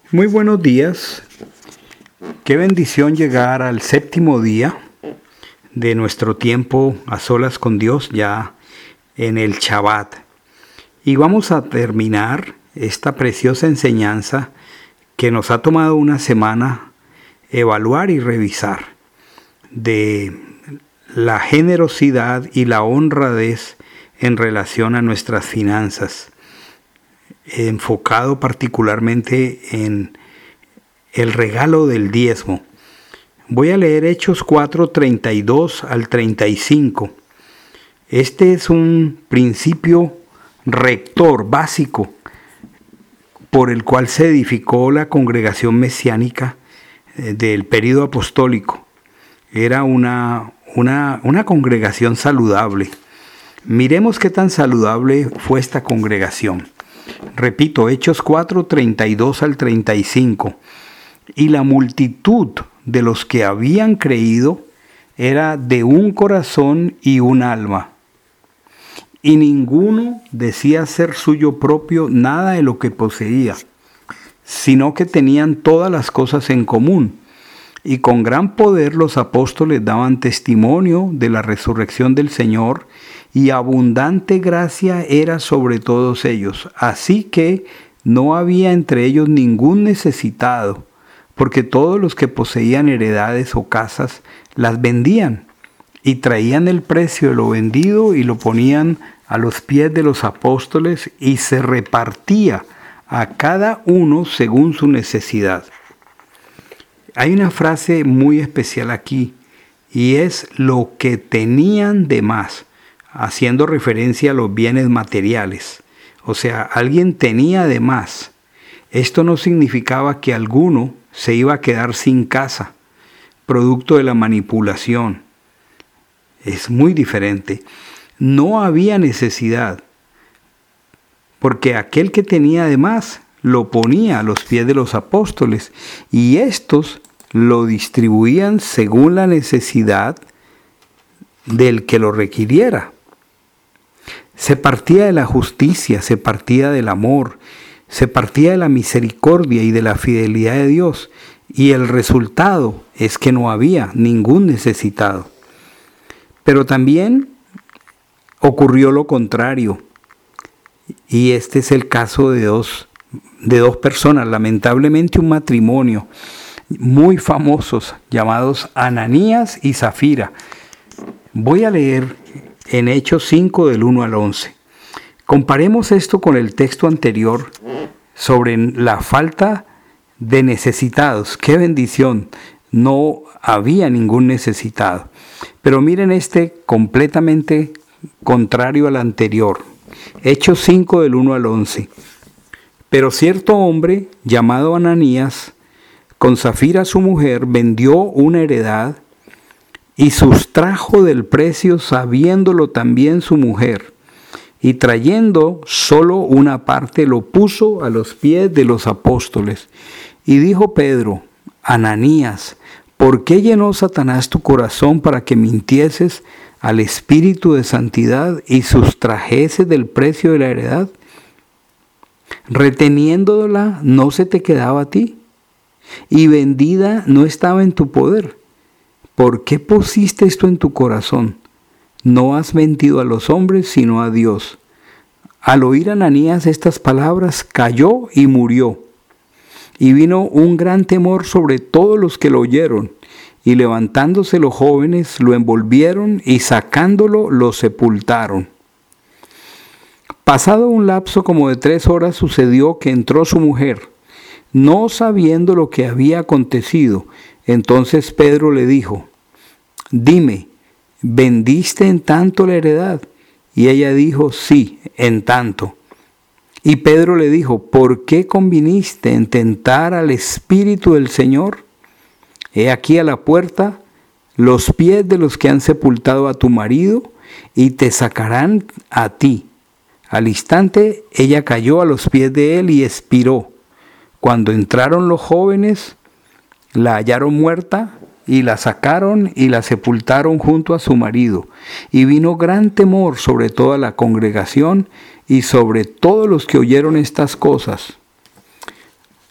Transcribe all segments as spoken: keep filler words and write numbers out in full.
Muy buenos días. Qué bendición llegar al séptimo día de nuestro tiempo a solas con Dios, ya en el Shabbat. Y vamos a terminar esta preciosa enseñanza que nos ha tomado una semana evaluar y revisar de la generosidad y la honradez en relación a nuestras finanzas, enfocado particularmente en el regalo del diezmo. Voy a leer Hechos cuatro, treinta y dos al treinta y cinco. Este es un principio rector básico por el cual se edificó la congregación mesiánica del período apostólico. Era una, una, una congregación saludable. Miremos qué tan saludable fue esta congregación. Repito, Hechos cuatro, treinta y dos al treinta y cinco. Y la multitud de los que habían creído era de un corazón y un alma. Y ninguno decía ser suyo propio nada de lo que poseía, sino que tenían todas las cosas en común. Y con gran poder los apóstoles daban testimonio de la resurrección del Señor, y abundante gracia era sobre todos ellos. Así que no había entre ellos ningún necesitado, porque todos los que poseían heredades o casas las vendían, y traían el precio de lo vendido y lo ponían a los pies de los apóstoles, y se repartía a cada uno según su necesidad. Hay una frase muy especial aquí, y es lo que tenían de más, haciendo referencia a los bienes materiales. O sea, alguien tenía de más. Esto no significaba que alguno se iba a quedar sin casa, producto de la manipulación. Es muy diferente. No había necesidad, porque aquel que tenía de más lo ponía a los pies de los apóstoles, y estos lo distribuían según la necesidad del que lo requiriera. Se partía de la justicia, se partía del amor, se partía de la misericordia y de la fidelidad de Dios, y el resultado es que no había ningún necesitado. Pero también ocurrió lo contrario, y este es el caso de dos, de dos personas, lamentablemente un matrimonio muy famosos llamados Ananías y Zafira. Voy a leer en Hechos cinco del uno al once. Comparemos esto con el texto anterior sobre la falta de necesitados. ¡Qué bendición! No había ningún necesitado. Pero miren este completamente contrario al anterior. Hechos cinco del uno al once. Pero cierto hombre llamado Ananías, con Zafira su mujer, vendió una heredad y sustrajo del precio, sabiéndolo también su mujer, y trayendo solo una parte lo puso a los pies de los apóstoles. Y dijo Pedro: Ananías, ¿por qué llenó Satanás tu corazón para que mintieses al Espíritu de santidad y sustrajeses del precio de la heredad? Reteniéndola no se te quedaba a ti, y vendida no estaba en tu poder. ¿Por qué pusiste esto en tu corazón? No has mentido a los hombres, sino a Dios. Al oír Ananías estas palabras, cayó y murió. Y vino un gran temor sobre todos los que lo oyeron, y levantándose los jóvenes, lo envolvieron y sacándolo, lo sepultaron. Pasado un lapso como de tres horas, sucedió que entró su mujer, no sabiendo lo que había acontecido. Entonces Pedro le dijo: Dime, ¿vendiste en tanto la heredad? Y ella dijo: Sí, en tanto. Y Pedro le dijo: ¿Por qué conviniste en tentar al Espíritu del Señor? He aquí a la puerta los pies de los que han sepultado a tu marido, y te sacarán a ti. Al instante ella cayó a los pies de él y expiró. Cuando entraron los jóvenes, la hallaron muerta, y la sacaron y la sepultaron junto a su marido. Y vino gran temor sobre toda la congregación y sobre todos los que oyeron estas cosas.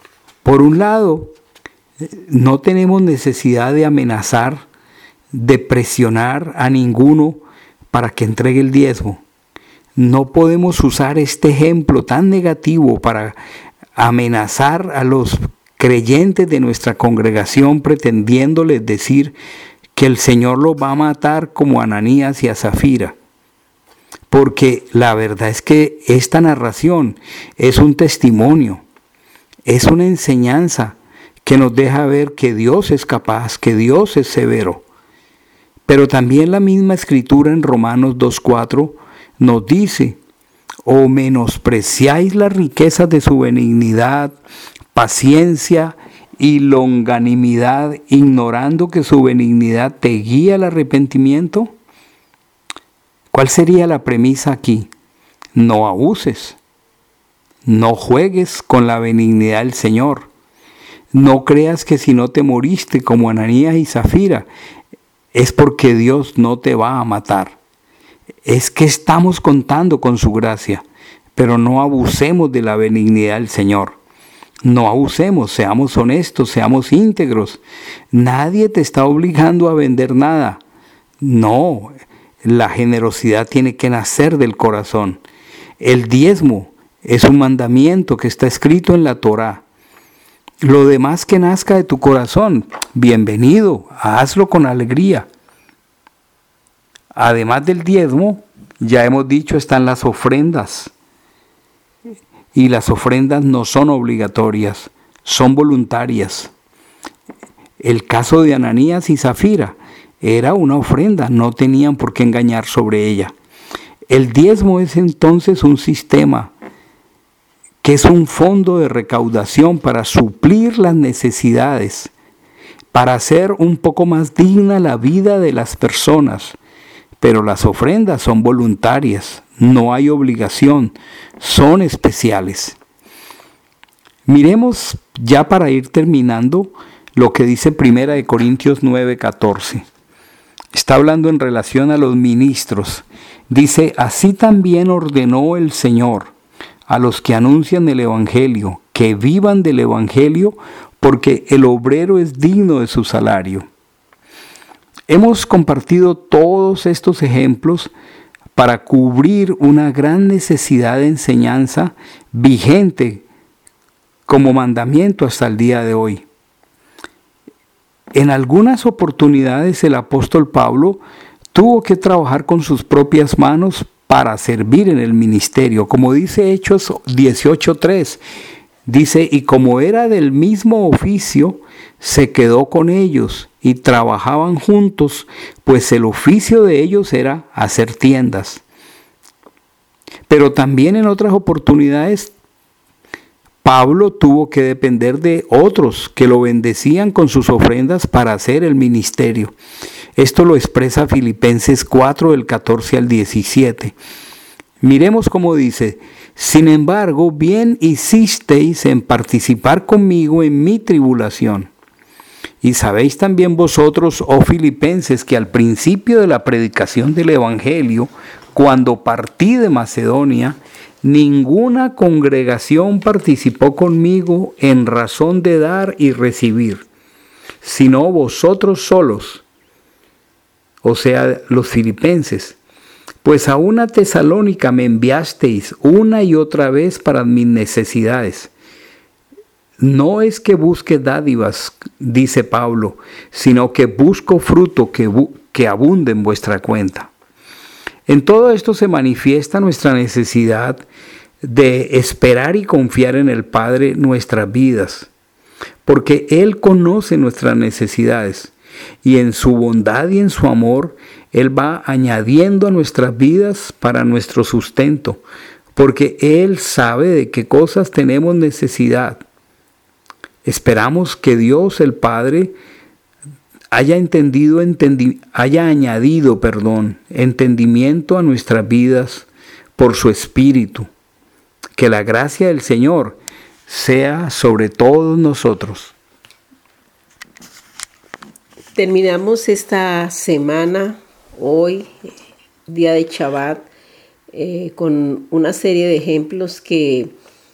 Por un lado, no tenemos necesidad de amenazar, de presionar a ninguno para que entregue el diezmo. No podemos usar este ejemplo tan negativo para amenazar a los creyentes de nuestra congregación, pretendiéndoles decir que el Señor los va a matar como a Ananías y a Zafira. Porque la verdad es que esta narración es un testimonio, es una enseñanza que nos deja ver que Dios es capaz, que Dios es severo. Pero también la misma escritura en Romanos dos cuatro nos dice: o menospreciáis las riquezas de su benignidad, paciencia y longanimidad, ignorando que su benignidad te guía al arrepentimiento. ¿Cuál sería la premisa aquí? No abuses, no juegues con la benignidad del Señor. No creas que si no te moriste como Ananías y Zafira, es porque Dios no te va a matar. Es que estamos contando con su gracia, pero no abusemos de la benignidad del Señor. No abusemos, seamos honestos, seamos íntegros. Nadie te está obligando a vender nada. No, la generosidad tiene que nacer del corazón. El diezmo es un mandamiento que está escrito en la Torá. Lo demás que nazca de tu corazón, bienvenido, hazlo con alegría. Además del diezmo, ya hemos dicho, están las ofrendas. Y las ofrendas no son obligatorias, son voluntarias. El caso de Ananías y Zafira era una ofrenda, no tenían por qué engañar sobre ella. El diezmo es entonces un sistema que es un fondo de recaudación para suplir las necesidades, para hacer un poco más digna la vida de las personas. Pero las ofrendas son voluntarias, no hay obligación, son especiales. Miremos ya para ir terminando lo que dice Primera de Corintios nueve catorce. Está hablando en relación a los ministros. Dice: así también ordenó el Señor a los que anuncian el Evangelio, que vivan del Evangelio, porque el obrero es digno de su salario. Hemos compartido todos estos ejemplos para cubrir una gran necesidad de enseñanza vigente como mandamiento hasta el día de hoy. En algunas oportunidades el apóstol Pablo tuvo que trabajar con sus propias manos para servir en el ministerio, como dice Hechos dieciocho tres. Dice: y como era del mismo oficio, se quedó con ellos y trabajaban juntos, pues el oficio de ellos era hacer tiendas. Pero también en otras oportunidades, Pablo tuvo que depender de otros que lo bendecían con sus ofrendas para hacer el ministerio. Esto lo expresa Filipenses cuatro, del catorce al diecisiete. Miremos cómo dice: sin embargo, bien hicisteis en participar conmigo en mi tribulación. Y sabéis también vosotros, oh filipenses, que al principio de la predicación del Evangelio, cuando partí de Macedonia, ninguna congregación participó conmigo en razón de dar y recibir, sino vosotros solos, o sea, los filipenses. Pues a una Tesalónica me enviasteis una y otra vez para mis necesidades. No es que busque dádivas, dice Pablo, sino que busco fruto que, bu- que abunde en vuestra cuenta. En todo esto se manifiesta nuestra necesidad de esperar y confiar en el Padre nuestras vidas, porque Él conoce nuestras necesidades y en su bondad y en su amor Él va añadiendo a nuestras vidas para nuestro sustento, porque Él sabe de qué cosas tenemos necesidad. Esperamos que Dios el Padre haya entendido, entendi, haya añadido, perdón, entendimiento a nuestras vidas por su Espíritu. Que la gracia del Señor sea sobre todos nosotros. Terminamos esta semana, hoy, día de Shabbat, eh, con una serie de ejemplos que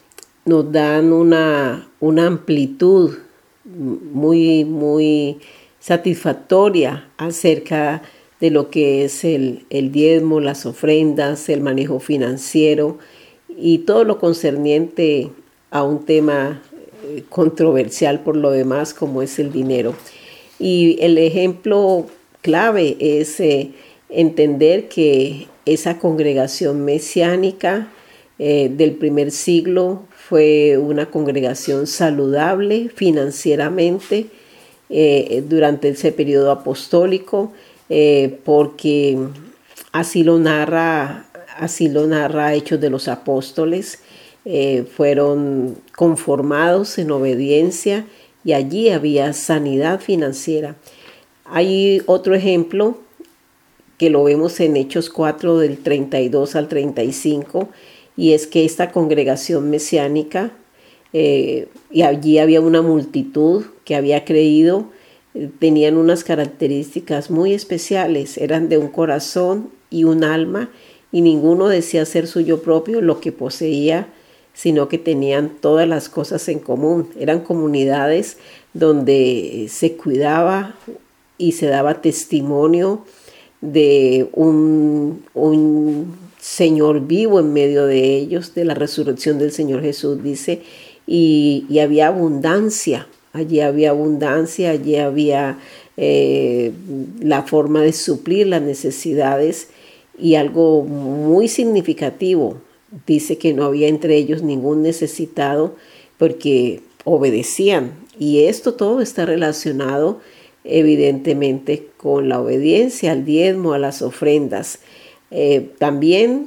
nos dan una, una amplitud muy, muy satisfactoria acerca de lo que es el, el diezmo, las ofrendas, el manejo financiero y todo lo concerniente a un tema controversial por lo demás como es el dinero. Y el ejemplo clave es eh, entender que esa congregación mesiánica eh, del primer siglo fue una congregación saludable financieramente eh, durante ese periodo apostólico, eh, porque así lo narra, así lo narra Hechos de los Apóstoles. Eh, fueron conformados en obediencia y allí había sanidad financiera. Hay otro ejemplo que lo vemos en Hechos cuatro del treinta y dos al treinta y cinco, y es que esta congregación mesiánica, eh, y allí había una multitud que había creído, eh, tenían unas características muy especiales, eran de un corazón y un alma, y ninguno decía ser suyo propio lo que poseía, sino que tenían todas las cosas en común. Eran comunidades donde se cuidaba y se daba testimonio de un, un Señor vivo en medio de ellos, de la resurrección del Señor Jesús, dice, y, y había abundancia, allí había abundancia, allí había eh, la forma de suplir las necesidades, y algo muy significativo, dice que no había entre ellos ningún necesitado porque obedecían. Y esto todo está relacionado evidentemente con la obediencia al diezmo, a las ofrendas. Eh, también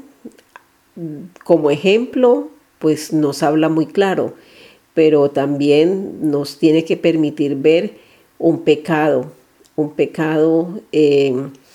como ejemplo, pues nos habla muy claro, pero también nos tiene que permitir ver un pecado, un pecado, eh,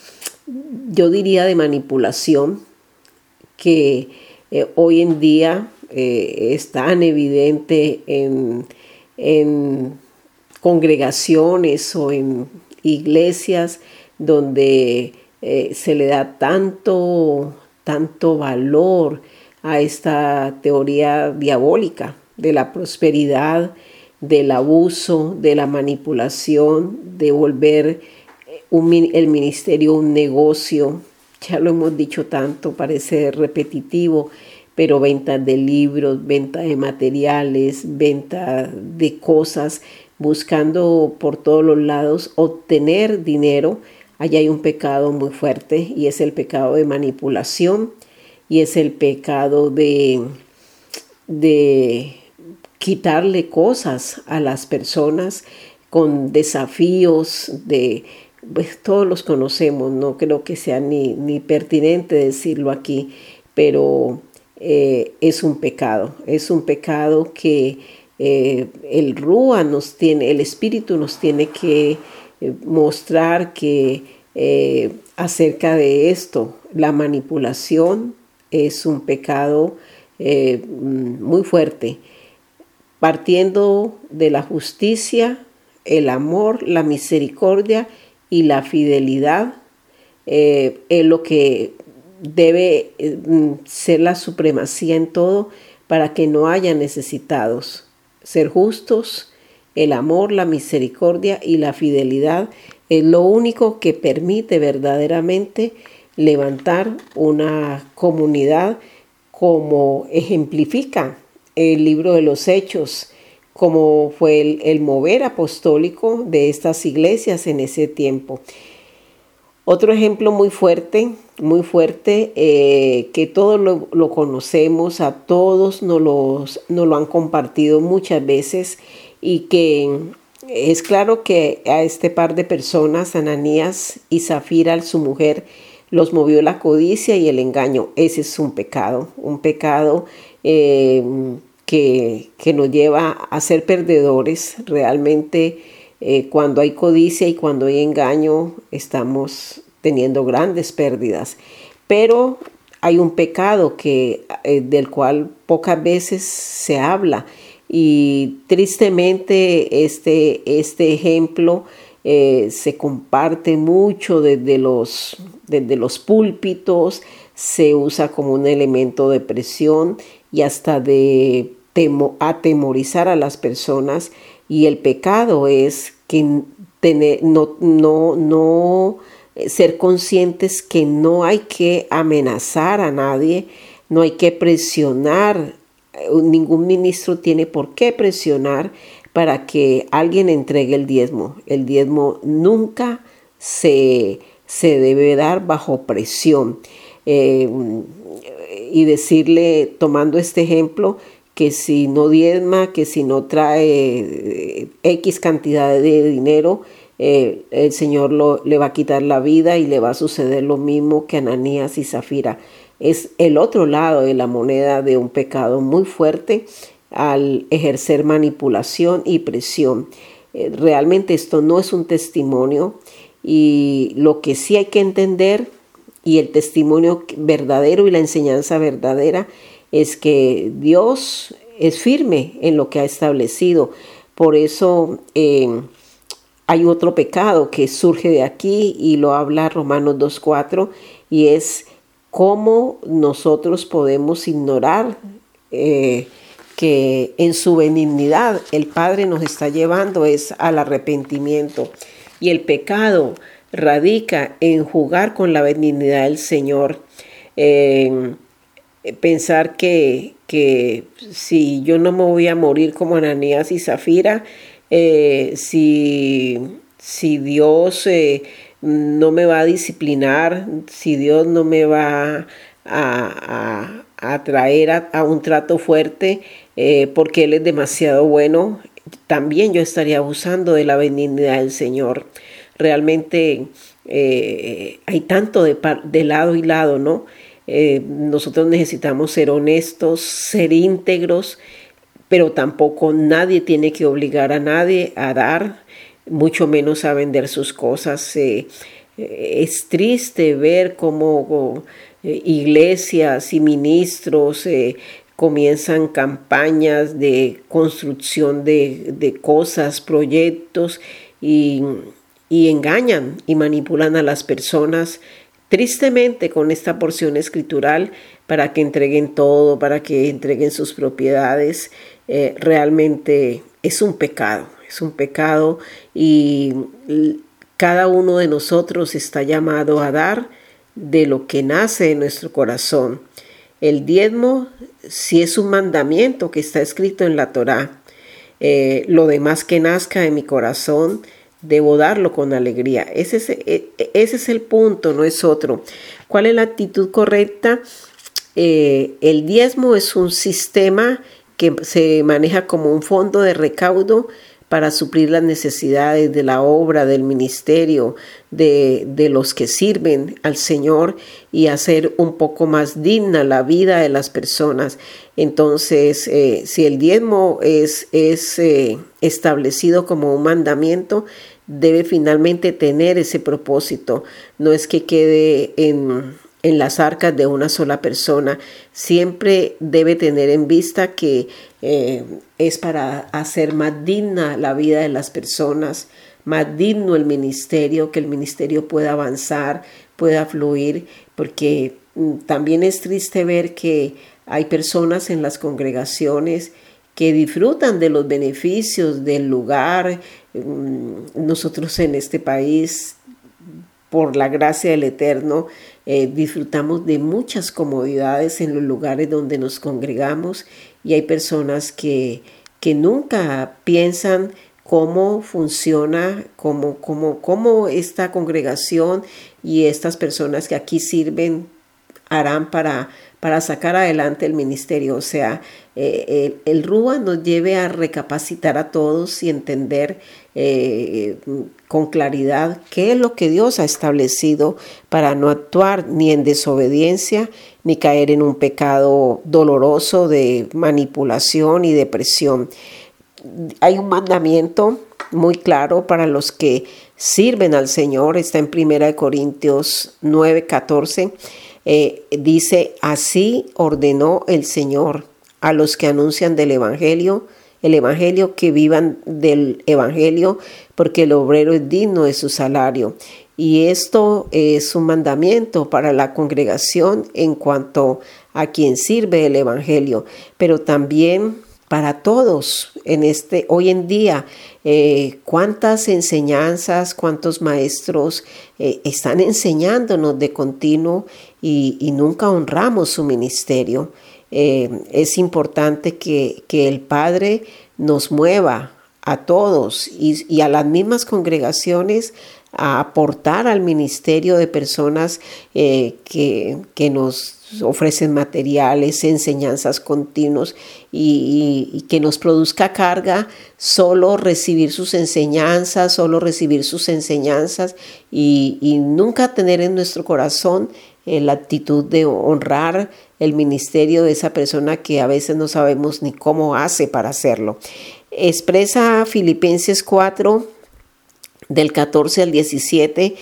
yo diría de manipulación, que Eh, hoy en día eh, es tan evidente en, en congregaciones o en iglesias donde eh, se le da tanto, tanto valor a esta teoría diabólica de la prosperidad, del abuso, de la manipulación, de volver un, el ministerio un negocio. Ya lo hemos dicho tanto, parece repetitivo, pero venta de libros, venta de materiales, venta de cosas, buscando por todos los lados obtener dinero. Allá hay un pecado muy fuerte y es el pecado de manipulación y es el pecado de, de quitarle cosas a las personas con desafíos de... Pues todos los conocemos, no creo que sea ni, ni pertinente decirlo aquí, pero eh, es un pecado, es un pecado que eh, el Rúa nos tiene, el Espíritu nos tiene que eh, mostrar que eh, acerca de esto, la manipulación es un pecado eh, muy fuerte, partiendo de la justicia, el amor, la misericordia y la fidelidad eh, es lo que debe eh, ser la supremacía en todo para que no haya necesitados. Ser justos, el amor, la misericordia y la fidelidad es lo único que permite verdaderamente levantar una comunidad como ejemplifica el libro de los Hechos, como fue el, el mover apostólico de estas iglesias en ese tiempo. Otro ejemplo muy fuerte, muy fuerte, eh, que todos lo, lo conocemos, a todos nos, los, nos lo han compartido muchas veces, y que es claro que a este par de personas, Ananías y Zafira, su mujer, los movió la codicia y el engaño. Ese es un pecado, un pecado eh, Que, que nos lleva a ser perdedores. Realmente eh, cuando hay codicia y cuando hay engaño estamos teniendo grandes pérdidas, pero hay un pecado que, eh, del cual pocas veces se habla, y tristemente este, este ejemplo eh, se comparte mucho desde los, desde los púlpitos, se usa como un elemento de presión y hasta de temo, atemorizar a las personas, y el pecado es que tener, no, no, no ser conscientes que no hay que amenazar a nadie, no hay que presionar, ningún ministro tiene por qué presionar para que alguien entregue el diezmo. El diezmo nunca se, se debe dar bajo presión. Eh, y decirle, tomando este ejemplo, que si no diezma, que si no trae X cantidad de dinero, eh, el Señor lo, le va a quitar la vida y le va a suceder lo mismo que a Ananías y Zafira. Es el otro lado de la moneda de un pecado muy fuerte al ejercer manipulación y presión. Eh, realmente esto no es un testimonio, y lo que sí hay que entender, y el testimonio verdadero y la enseñanza verdadera, es que Dios es firme en lo que ha establecido. Por eso eh, hay otro pecado que surge de aquí, y lo habla Romanos dos cuatro, y es cómo nosotros podemos ignorar eh, que en su benignidad el Padre nos está llevando es al arrepentimiento. Y el pecado radica en jugar con la benignidad del Señor. Eh, pensar que, que si yo no me voy a morir como Ananías y Zafira, eh, si, si Dios eh, no me va a disciplinar, si Dios no me va a, a, a traer a, a un trato fuerte, eh, porque Él es demasiado bueno, también yo estaría abusando de la benignidad del Señor. Realmente eh, hay tanto de, de lado y lado, ¿no? Eh, nosotros necesitamos ser honestos, ser íntegros, pero tampoco nadie tiene que obligar a nadie a dar, mucho menos a vender sus cosas. Eh, es triste ver cómo eh, iglesias y ministros eh, comienzan campañas de construcción de, de cosas, proyectos, y, y engañan y manipulan a las personas tristemente con esta porción escritural para que entreguen todo, para que entreguen sus propiedades. Eh, realmente es un pecado, es un pecado, y cada uno de nosotros está llamado a dar de lo que nace en nuestro corazón. El diezmo sí es un mandamiento que está escrito en la Torá. Eh, lo demás que nazca de mi corazón, debo darlo con alegría. Ese es, ese es el punto, no es otro. ¿Cuál es la actitud correcta? Eh, el diezmo es un sistema que se maneja como un fondo de recaudo para suplir las necesidades de la obra, del ministerio, de, de los que sirven al Señor, y hacer un poco más digna la vida de las personas. Entonces, eh, si el diezmo es, es eh, establecido como un mandamiento, debe finalmente tener ese propósito. No es que quede en, en las arcas de una sola persona. Siempre debe tener en vista que eh, es para hacer más digna la vida de las personas, más digno el ministerio, que el ministerio pueda avanzar, pueda fluir, porque mm, también es triste ver que hay personas en las congregaciones que disfrutan de los beneficios del lugar. Nosotros en este país, por la gracia del Eterno, eh, disfrutamos de muchas comodidades en los lugares donde nos congregamos, y hay personas que, que nunca piensan cómo funciona, cómo, cómo, cómo esta congregación y estas personas que aquí sirven harán para, para sacar adelante el ministerio. O sea, eh, el, el Rúa nos lleve a recapacitar a todos y entender eh, con claridad qué es lo que Dios ha establecido, para no actuar ni en desobediencia ni caer en un pecado doloroso de manipulación y de presión. Hay un mandamiento muy claro para los que sirven al Señor, está en primera de Corintios nueve catorce. Eh, dice: así ordenó el Señor a los que anuncian del Evangelio, el Evangelio, que vivan del Evangelio, porque el obrero es digno de su salario. Y esto es un mandamiento para la congregación en cuanto a quien sirve el Evangelio, pero también para todos en este hoy en día. Eh, cuántas enseñanzas, cuántos maestros eh, están enseñándonos de continuo y, y nunca honramos su ministerio. Eh, es importante que, que el Padre nos mueva a todos y, y a las mismas congregaciones a aportar al ministerio de personas eh, que, que nos ofrecen materiales, enseñanzas continuos y, y, y que nos produzca carga solo recibir sus enseñanzas, solo recibir sus enseñanzas y, y nunca tener en nuestro corazón eh, la actitud de honrar el ministerio de esa persona que a veces no sabemos ni cómo hace para hacerlo. Expresa Filipenses cuatro, del catorce al diecisiete,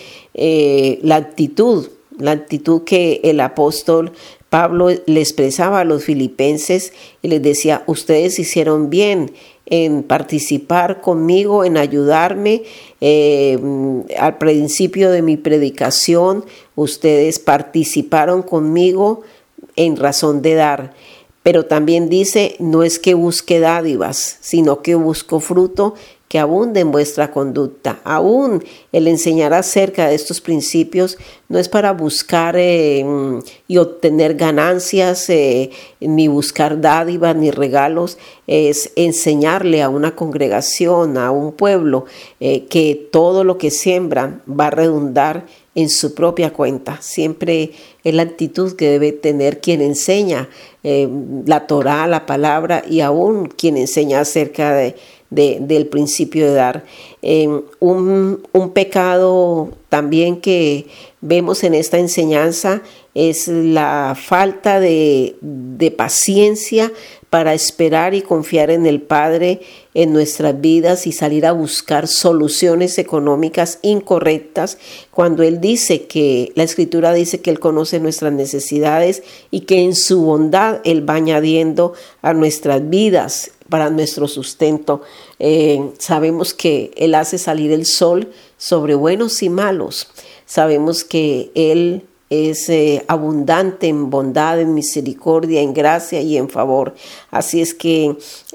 eh, la actitud, la actitud que el apóstol Pablo le expresaba a los filipenses y les decía: ustedes hicieron bien en participar conmigo, en ayudarme. Eh, al principio de mi predicación, ustedes participaron conmigo en razón de dar. Pero también dice, no es que busque dádivas, sino que busco fruto que abunde en vuestra conducta. Aún el enseñar acerca de estos principios no es para buscar eh, y obtener ganancias, eh, ni buscar dádivas ni regalos, es enseñarle a una congregación, a un pueblo, eh, que todo lo que siembran va a redundar en su propia cuenta. Siempre es la actitud que debe tener quien enseña eh, la Torá, la palabra, y aún quien enseña acerca de De, del principio de dar. Eh, un, un pecado también que vemos en esta enseñanza es la falta de, de paciencia para esperar y confiar en el Padre en nuestras vidas y salir a buscar soluciones económicas incorrectas cuando Él dice que, la Escritura dice que Él conoce nuestras necesidades y que en su bondad Él va añadiendo a nuestras vidas para nuestro sustento. Eh, sabemos que Él hace salir el sol sobre buenos y malos. Sabemos que Él es eh, abundante en bondad, en misericordia, en gracia y en favor. Así es que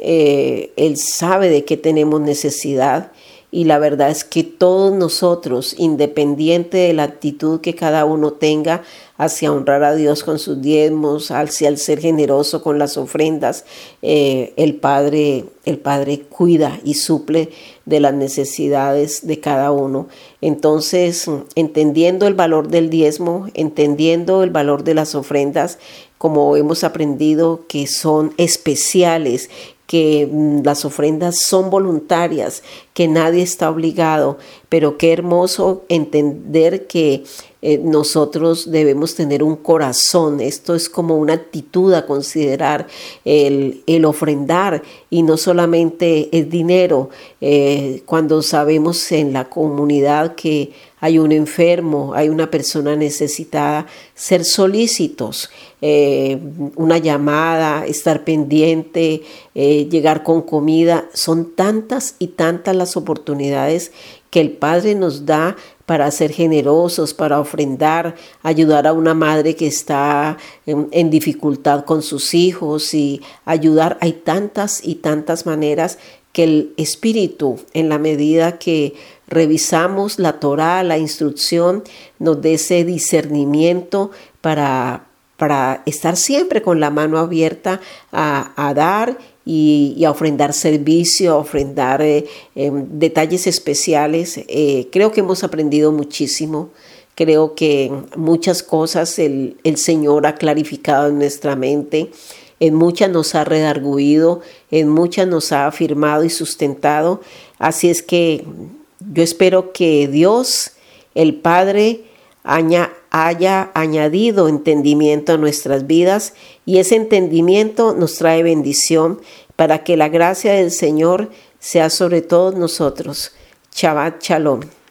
eh, Él sabe de qué tenemos necesidad. Y la verdad es que todos nosotros, independiente de la actitud que cada uno tenga hacia honrar a Dios con sus diezmos, hacia el ser generoso con las ofrendas, eh, el Padre, el Padre cuida y suple de las necesidades de cada uno. Entonces, entendiendo el valor del diezmo, entendiendo el valor de las ofrendas, como hemos aprendido que son especiales, que las ofrendas son voluntarias, que nadie está obligado, pero qué hermoso entender que eh, nosotros debemos tener un corazón. Esto es como una actitud a considerar, el, el ofrendar, y no solamente es dinero. Eh, cuando sabemos en la comunidad que hay un enfermo, hay una persona necesitada, ser solícitos, eh, una llamada, estar pendiente, eh, llegar con comida. Son tantas y tantas las oportunidades que el Padre nos da para ser generosos, para ofrendar, ayudar a una madre que está en, en dificultad con sus hijos y ayudar. Hay tantas y tantas maneras que el Espíritu, en la medida que revisamos la Torá, la instrucción, nos dé ese discernimiento para, para estar siempre con la mano abierta a, a dar y, y a ofrendar servicio, a ofrendar eh, eh, detalles especiales. Eh, creo que hemos aprendido muchísimo. Creo que muchas cosas el, el Señor ha clarificado en nuestra mente. En muchas nos ha redarguido, en muchas nos ha afirmado y sustentado. Así es que yo espero que Dios, el Padre, haya, haya añadido entendimiento a nuestras vidas, y ese entendimiento nos trae bendición para que la gracia del Señor sea sobre todos nosotros. Shabbat Shalom.